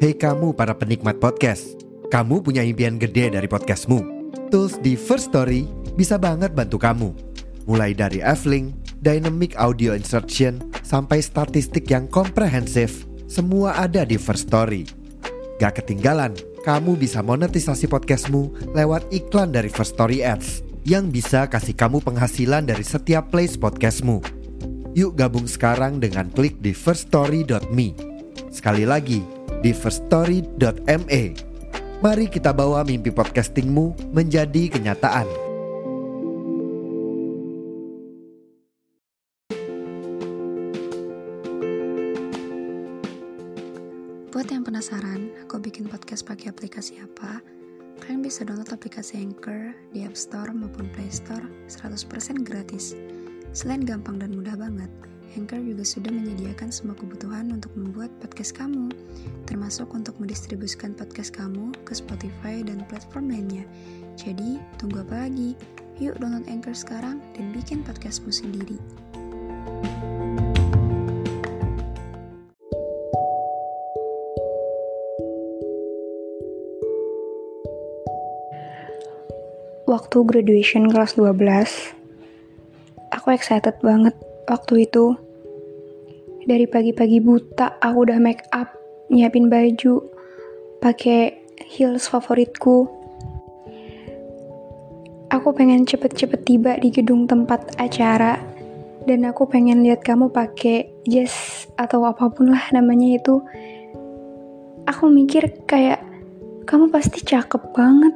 Hei kamu para penikmat podcast, kamu punya impian gede dari podcastmu. Tools di First Story bisa banget bantu kamu. Mulai dari F-Link, Dynamic Audio Insertion, sampai statistik yang komprehensif, semua ada di First Story. Gak ketinggalan, kamu bisa monetisasi podcastmu lewat iklan dari First Story Ads yang bisa kasih kamu penghasilan dari setiap plays podcastmu. Yuk gabung sekarang dengan klik di firststory.me. Sekali lagi, di firststory.me. Mari kita bawa mimpi podcastingmu menjadi kenyataan. Buat yang penasaran, aku bikin podcast pakai aplikasi apa? Kalian bisa download aplikasi Anchor di App Store maupun Play Store 100% gratis. Selain gampang dan mudah banget, Anchor juga sudah menyediakan semua kebutuhan untuk membuat podcast kamu, termasuk untuk mendistribusikan podcast kamu ke Spotify dan platform lainnya. Jadi, tunggu apa lagi? Yuk download Anchor sekarang dan bikin podcastmu sendiri. Waktu graduation kelas 12, aku excited banget waktu itu. Dari pagi-pagi buta, aku udah make up, nyiapin baju, pakai heels favoritku. Aku pengen cepet-cepet tiba di gedung tempat acara, dan aku pengen lihat kamu pakai jas atau apapun lah namanya itu. Aku mikir kayak, kamu pasti cakep banget.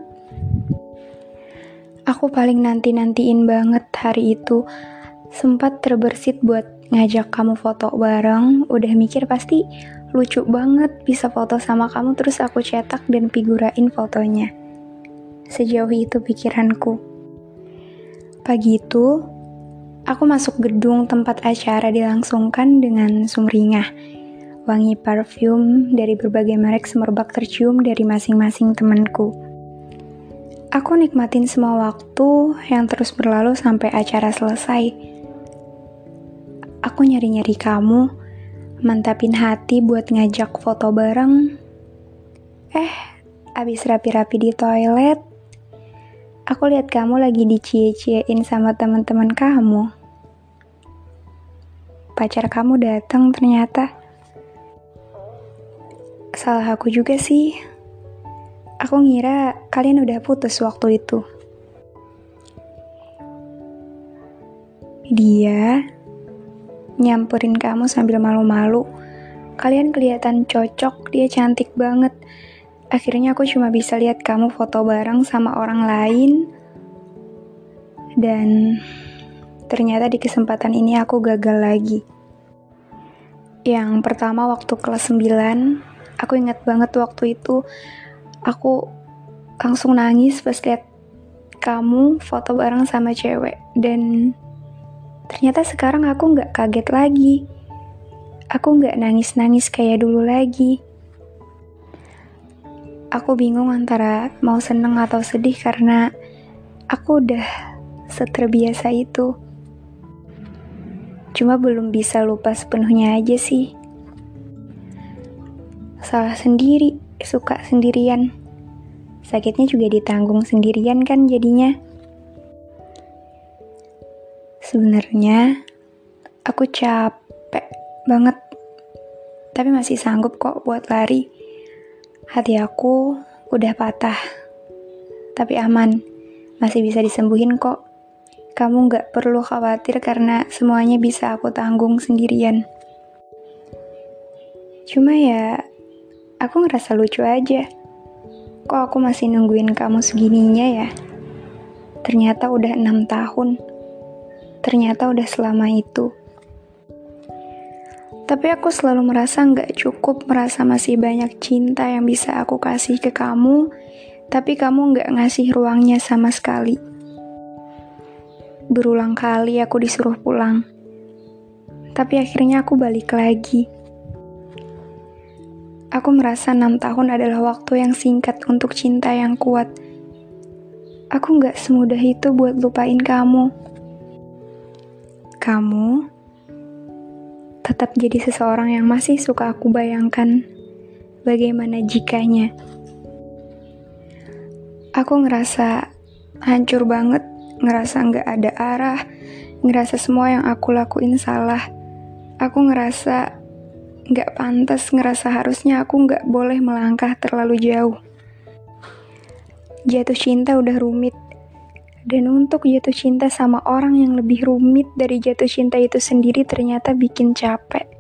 Aku paling nanti-nantiin banget hari itu. Sempat terbersit buat ngajak kamu foto bareng. Udah mikir pasti lucu banget bisa foto sama kamu, terus aku cetak dan figurain fotonya. Sejauh itu pikiranku. Pagi itu, aku masuk gedung tempat acara dilangsungkan dengan sumringah. Wangi parfum dari berbagai merek semerbak tercium dari masing-masing temanku. Aku nikmatin semua waktu yang terus berlalu sampai acara selesai. Aku nyari-nyari kamu, mantapin hati buat ngajak foto bareng. Abis rapi-rapi di toilet, aku lihat kamu lagi dicie-ciein sama teman-teman kamu. Pacar kamu datang ternyata. Salah aku juga sih. Aku ngira kalian udah putus waktu itu. Dia nyamperin kamu sambil malu-malu. Kalian kelihatan cocok, dia cantik banget. Akhirnya aku cuma bisa lihat kamu foto bareng sama orang lain. Dan ternyata di kesempatan ini aku gagal lagi. Yang pertama waktu kelas 9, aku ingat banget waktu itu. Aku langsung nangis pas lihat kamu foto bareng sama cewek. Dan ternyata sekarang aku gak kaget lagi. Aku gak nangis-nangis kayak dulu lagi. Aku bingung antara mau seneng atau sedih karena aku udah seterbiasa itu. Cuma belum bisa lupa sepenuhnya aja sih. Salah sendiri, suka sendirian. Sakitnya juga ditanggung sendirian kan jadinya. Sebenarnya aku capek banget, tapi masih sanggup kok buat lari. Hati aku udah patah, tapi aman, masih bisa disembuhin kok. Kamu gak perlu khawatir karena semuanya bisa aku tanggung sendirian. Cuma ya, aku ngerasa lucu aja. Kok aku masih nungguin kamu segininya ya? Ternyata udah 6 tahun. Ternyata udah selama itu. Tapi aku selalu merasa gak cukup, merasa masih banyak cinta yang bisa aku kasih ke kamu, tapi kamu gak ngasih ruangnya sama sekali. Berulang kali aku disuruh pulang, tapi akhirnya aku balik lagi. Aku merasa 6 tahun adalah waktu yang singkat untuk cinta yang kuat. Aku gak semudah itu buat lupain kamu. Kamu tetap jadi seseorang yang masih suka aku bayangkan. bagaimana jikanya. Aku ngerasa hancur banget, ngerasa gak ada arah, ngerasa semua yang aku lakuin salah. Aku ngerasa gak pantas, ngerasa harusnya aku gak boleh melangkah terlalu jauh. Jatuh cinta udah rumit. Dan untuk jatuh cinta sama orang yang lebih rumit dari jatuh cinta itu sendiri ternyata bikin capek.